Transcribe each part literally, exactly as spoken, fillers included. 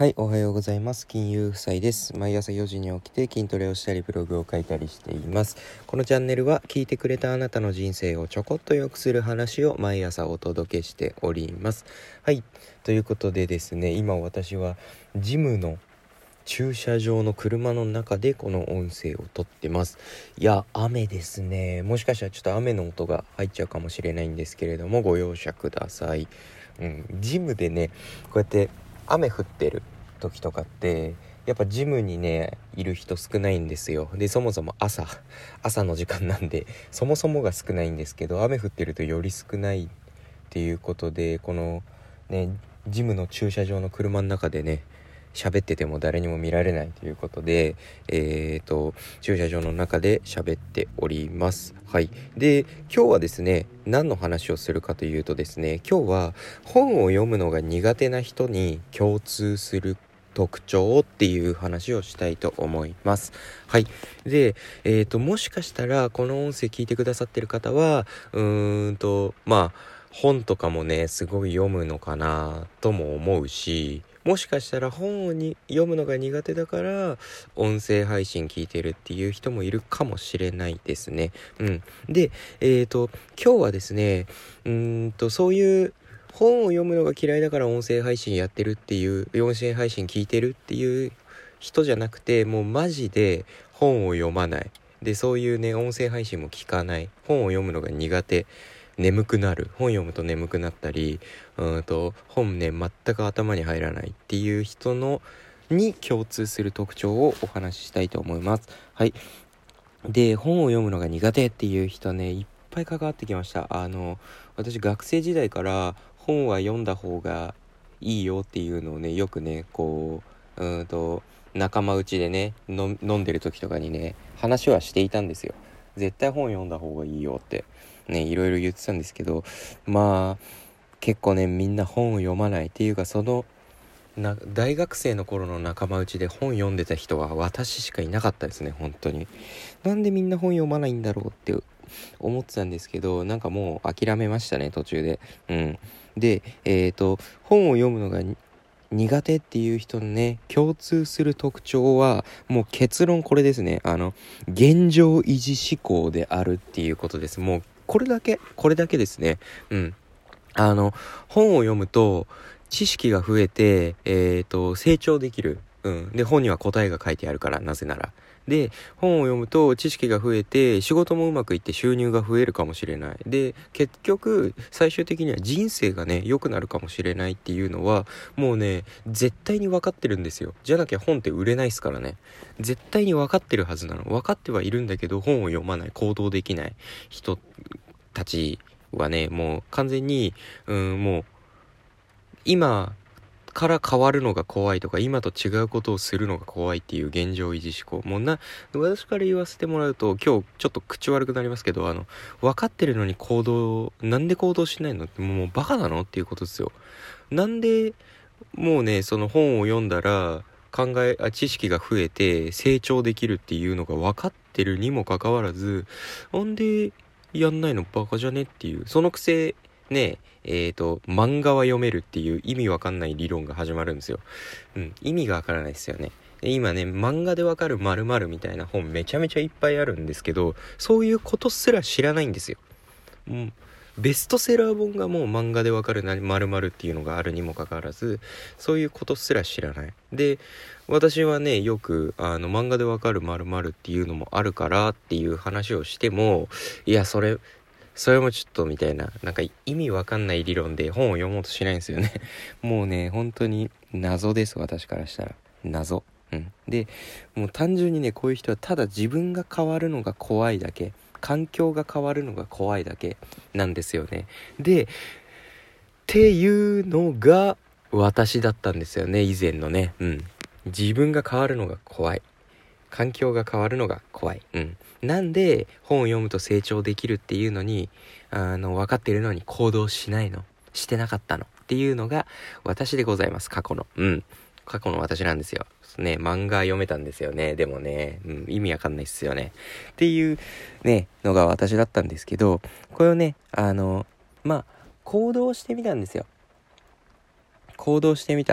はい、おはようございます。金融夫妻です。毎朝よじに起きて筋トレをしたりブログを書いたりしています。このチャンネルは聞いてくれたあなたの人生をちょこっと良くする話を毎朝お届けしております。はい、ということでですね、今私はジムの駐車場の車の中でこの音声を撮ってます。いや、雨ですね。もしかしたらちょっと雨の音が入っちゃうかもしれないんですけれども、ご容赦ください。うん、ジムでね、こうやって雨降ってる時とかってやっぱジムにねいる人少ないんですよ。でそもそも朝朝の時間なんでそもそもが少ないんですけど、雨降ってるとより少ないっていうことで、このねジムの駐車場の車の中でね喋ってても誰にも見られないということで、えーと駐車場の中で喋っております。はい。で今日はですね、何の話をするかというとですね、今日は本を読むのが苦手な人に共通する特徴っていう話をしたいと思います。はい。で、えーともしかしたらこの音声聞いてくださってる方はうーんとまあ本とかもねすごい読むのかなとも思うし、もしかしたら本をに読むのが苦手だから音声配信聞いてるっていう人もいるかもしれないですね。うん。で、えーと今日はですね、うーんとそういう本を読むのが嫌いだから音声配信やってるっていう、音声配信聞いてるっていう人じゃなくて、もうマジで本を読まない。で、そういうね、音声配信も聞かない。本を読むのが苦手。眠くなる。本読むと眠くなったり、うーんと、本ね、全く頭に入らないっていう人の、に共通する特徴をお話ししたいと思います。はい。で、本を読むのが苦手っていう人ね、いっぱい関わってきました。あの、私学生時代から本は読んだ方がいいよっていうのをね、よくね、こう、うーんと、仲間内でね、の飲んでる時とかにね、話はしていたんですよ。絶対本読んだ方がいいよって、ね、いろいろ言ってたんですけど、まあ、結構ね、みんな本を読まないっていうか、その、な大学生の頃の仲間内で本読んでた人は私しかいなかったですね。本当になんでみんな本読まないんだろうって思ってたんですけど、なんかもう諦めましたね、途中で。うんでえっ、ー、と本を読むのが苦手っていう人のね共通する特徴はもう結論これですね。あの現状維持思考であるっていうことです。もうこれだけこれだけですね。うんあの本を読むと知識が増えて、えーと、成長できる。うん。で、本には答えが書いてあるから、なぜなら。で、本を読むと知識が増えて、仕事もうまくいって収入が増えるかもしれない。で、結局、最終的には人生がね、良くなるかもしれないっていうのは、もうね、絶対に分かってるんですよ。じゃなきゃ本って売れないですからね。絶対に分かってるはずなの。分かってはいるんだけど、本を読まない、行動できない人たちはね、もう完全に、うん、もう、今から変わるのが怖いとか、今と違うことをするのが怖いっていう現状維持思考。もうな、私から言わせてもらうと、今日ちょっと口悪くなりますけど、あの、分かってるのに行動、なんで行動しないのって、もうバカなのっていうことですよ。なんで、もうね、その本を読んだら、考え、あ、知識が増えて成長できるっていうのが分かってるにもかかわらず、なんでやんないのバカじゃねっていう、そのくせ、ねえ、えーと、漫画は読めるっていう意味わかんない理論が始まるんですよ。うん、意味がわからないですよね。で今ね、漫画でわかる〇〇みたいな本めちゃめちゃいっぱいあるんですけど、そういうことすら知らないんですよ。うん、ベストセラー本がもう漫画でわかる〇〇っていうのがあるにもかかわらず、そういうことすら知らない。で、私はね、よくあの漫画でわかる〇〇っていうのもあるからっていう話をしても、いや、それ、それもちょっとみたいな、なんか意味わかんない理論で本を読もうとしないんですよね。もうね、本当に謎です、私からしたら。謎。うん。で、もう単純にね、こういう人はただ自分が変わるのが怖いだけ、環境が変わるのが怖いだけなんですよね。で、っていうのが私だったんですよね、以前のね。うん。自分が変わるのが怖い。環境が変わるのが怖い。うん。なんで本を読むと成長できるっていうのに、あの、分かっているのに行動しないの。してなかったの。っていうのが私でございます。過去の。うん。過去の私なんですよ。ね、漫画読めたんですよね。でもね、うん、意味わかんないっすよね。っていうね、のが私だったんですけど、これをね、あの、まあ、行動してみたんですよ。行動してみた。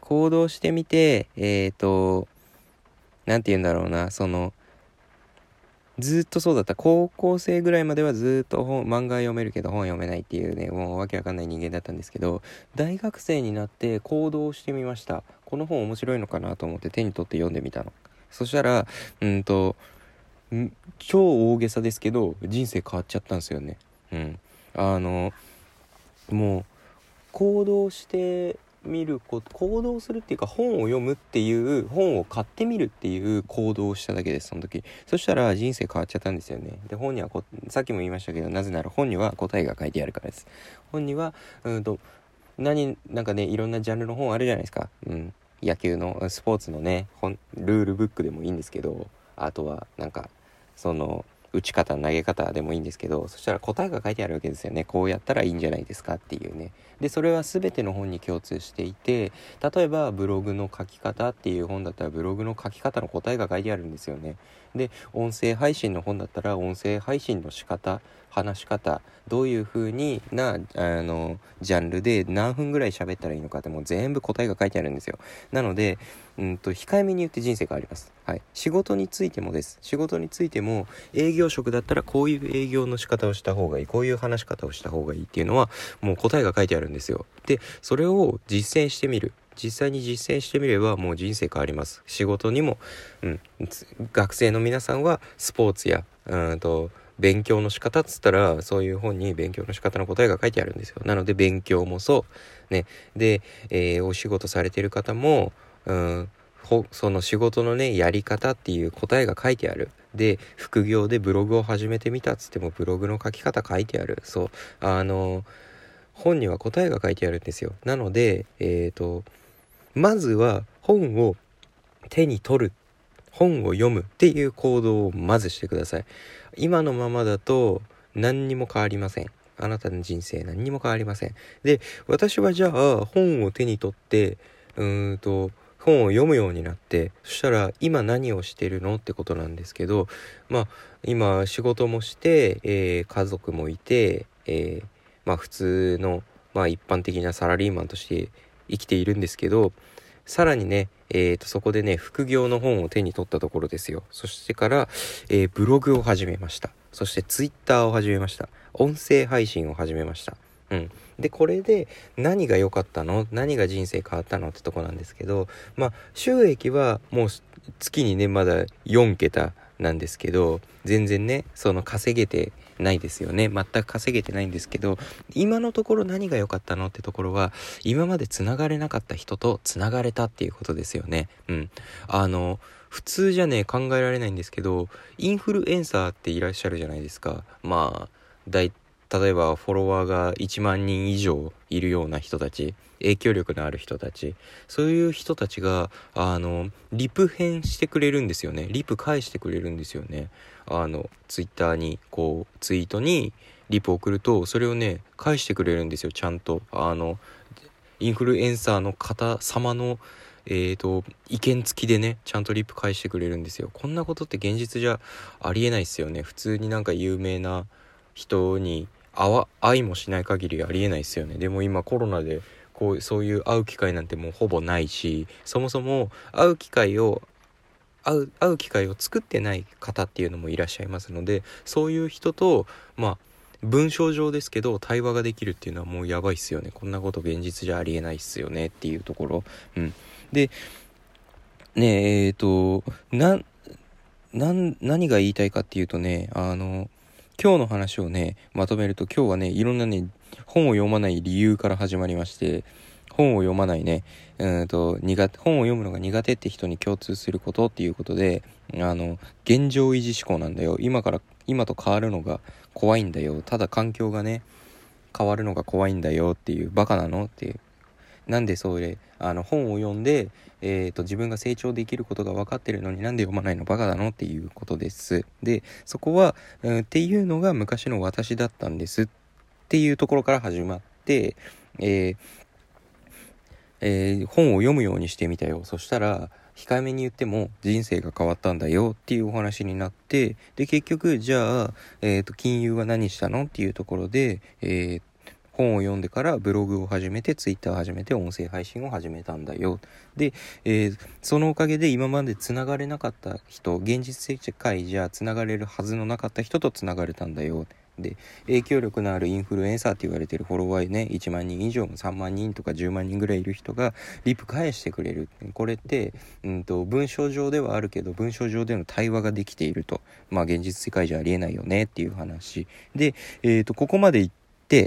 行動してみて、えっと、なんて言うんだろうな、その、ずっとそうだった。高校生ぐらいまではずっと本漫画読めるけど本読めないっていうね、もうわけわかんない人間だったんですけど、大学生になって行動してみました。この本面白いのかなと思って手に取って読んでみたの。そしたらうんとん超大げさですけど人生変わっちゃったんですよね。うんあのもう行動してみること行動するっていうか本を読むっていう本を買ってみるっていう行動をしただけです。その時そしたら人生変わっちゃったんですよね。で本にはこさっきも言いましたけど、なぜなら本には答えが書いてあるからです。本にはうんと何なんかね、いろんなジャンルの本あるじゃないですか。うん野球のスポーツのね本ルールブックでもいいんですけど、あとはなんかその打ち方投げ方でもいいんですけど、そしたら答えが書いてあるわけですよね。こうやったらいいんじゃないですかっていうね。でそれは全ての本に共通していて、例えばブログの書き方っていう本だったらブログの書き方の答えが書いてあるんですよね。で音声配信の本だったら音声配信の仕方、話し方、どういう風になあのジャンルで何分ぐらい喋ったらいいのかってもう全部答えが書いてあるんですよ。なのでうんと控えめに言って人生変わります。はい、仕事についてもです。仕事についても営業職だったらこういう営業の仕方をした方がいい、こういう話し方をした方がいいっていうのはもう答えが書いてあるんですよ。でそれを実践してみる、実際に実践してみればもう人生変わります。仕事にも、うん、学生の皆さんはスポーツやうんと勉強の仕方っつったらそういう本に勉強の仕方の答えが書いてあるんですよ。なので勉強もそうね。で、えー、お仕事されてる方もうんその仕事のねやり方っていう答えが書いてある。で副業でブログを始めてみたっつってもブログの書き方書いてある。そうあの本には答えが書いてあるんですよ。なのでえっとまずは本を手に取る、本を読むっていう行動をまずしてください。今のままだと何にも変わりません。あなたの人生何にも変わりません。で私はじゃあ本を手に取ってうーんと本を読むようになって、そしたら今何をしてるのってことなんですけど、まあ今仕事もして、えー、家族もいて、えー、まあ普通のまあ一般的なサラリーマンとして生きているんですけど、さらにね、えーとそこでね副業の本を手に取ったところですよ。そしてから、えー、ブログを始めました。そしてツイッターを始めました。音声配信を始めました。うん、でこれで何が良かったの、何が人生変わったのってとこなんですけど、まあ収益はもう月にねまだよんけたなんですけど、全然ねその稼げてないですよね。全く稼げてないんですけど、今のところ何が良かったのってところは今までつながれなかった人とつながれたっていうことですよね。うんあの普通じゃね考えられないんですけど、インフルエンサーっていらっしゃるじゃないですか。まあ大例えばフォロワーがいちまんにん以上いるような人たち、影響力のある人たち、そういう人たちがあのリプ返してくれるんですよね。リプ返してくれるんですよね。あのツイッターにこうツイートにリプ送るとそれをね返してくれるんですよ。ちゃんとあのインフルエンサーの方様のえーと意見付きでねちゃんとリプ返してくれるんですよ。こんなことって現実じゃありえないですよね。普通になんか有名な人に会わ会いもしない限りありえないですよね。でも今コロナでこうそういう会う機会なんてもうほぼないし、そもそも会う機会を会う会う機会を作ってない方っていうのもいらっしゃいますので、そういう人とまあ文章上ですけど対話ができるっていうのはもうやばいっすよね。こんなこと現実じゃありえないっすよねっていうところ。うんでねええー、とななん何が言いたいかっていうとね、あの今日の話をねまとめると、今日はねいろんなね本を読まない理由から始まりまして、本を読まないねうんと苦手本を読むのが苦手って人に共通することっていうことで、あの現状維持思考なんだよ。今から今と変わるのが怖いんだよ。ただ環境がね変わるのが怖いんだよっていう、バカなのっていう、なんでそれあの本を読んで、えーと、自分が成長できることが分かってるのになんで読まないの、バカなのっていうことです。でそこは、うん、っていうのが昔の私だったんですっていうところから始まって、えーえー、本を読むようにしてみたよ。そしたら控えめに言っても人生が変わったんだよっていうお話になって、で結局じゃあ、えーと、金融は何したのっていうところで、えー本を読んでからブログを始めて、ツイッターを始めて、音声配信を始めたんだよ。で、えー、そのおかげで今までつながれなかった人、現実世界じゃつながれるはずのなかった人とつながれたんだよ。で、影響力のあるインフルエンサーって言われてるフォロワーね、いちまんにん以上、さんまんにんとかじゅうまんにんぐらいいる人がリプ返してくれる。これって、うんと、文章上ではあるけど、文章上での対話ができていると。まあ現実世界じゃありえないよねっていう話。で、えーと、ここまで言って、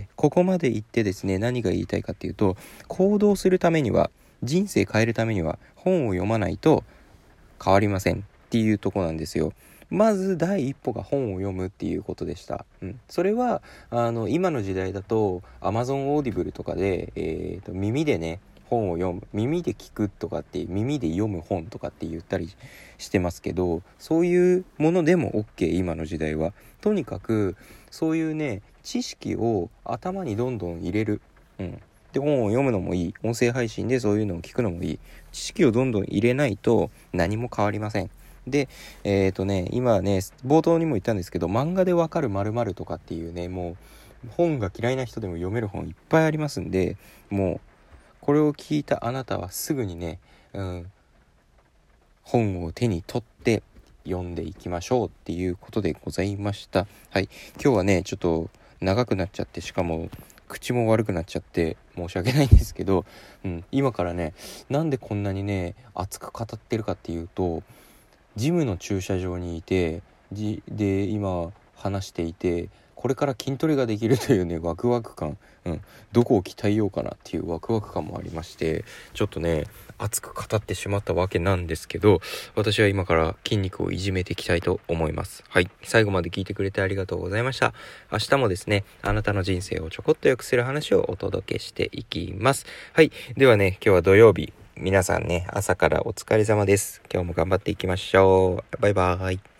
ここまで言ってですね、何が言いたいかっていうと、行動するためには、人生変えるためには、本を読まないと変わりませんっていうとこなんですよ。まず第一歩が本を読むっていうことでした。うん、それはあの今の時代だと Amazon Audible とかで、えーと、耳でね本を読む、耳で聞くとかって耳で読む本とかって言ったりしてますけど、そういうものでも OK。 今の時代はとにかくそういうね知識を頭にどんどん入れる。うんで本を読むのもいい、音声配信でそういうのを聞くのもいい。知識をどんどん入れないと何も変わりません。で、えっとね、今ね、冒頭にも言ったんですけど、漫画でわかる〇〇とかっていうね、もう本が嫌いな人でも読める本いっぱいありますんで、もうこれを聞いたあなたはすぐにね、うん、本を手に取って読んでいきましょうっていうことでございました。はい、今日はね、ちょっと長くなっちゃって、しかも口も悪くなっちゃって申し訳ないんですけど、うん、今からね、なんでこんなにね熱く語ってるかっていうと、ジムの駐車場にいてで今話していて、これから筋トレができるというねワクワク感、うん、どこを鍛えようかなっていうワクワク感もありまして、ちょっとね熱く語ってしまったわけなんですけど、私は今から筋肉をいじめていきたいと思います。はい、最後まで聞いてくれてありがとうございました。明日もですね、あなたの人生をちょこっと良くする話をお届けしていきます。はい、ではね、今日は土曜日、皆さんね、朝からお疲れ様です。今日も頑張っていきましょう。バイバーイ。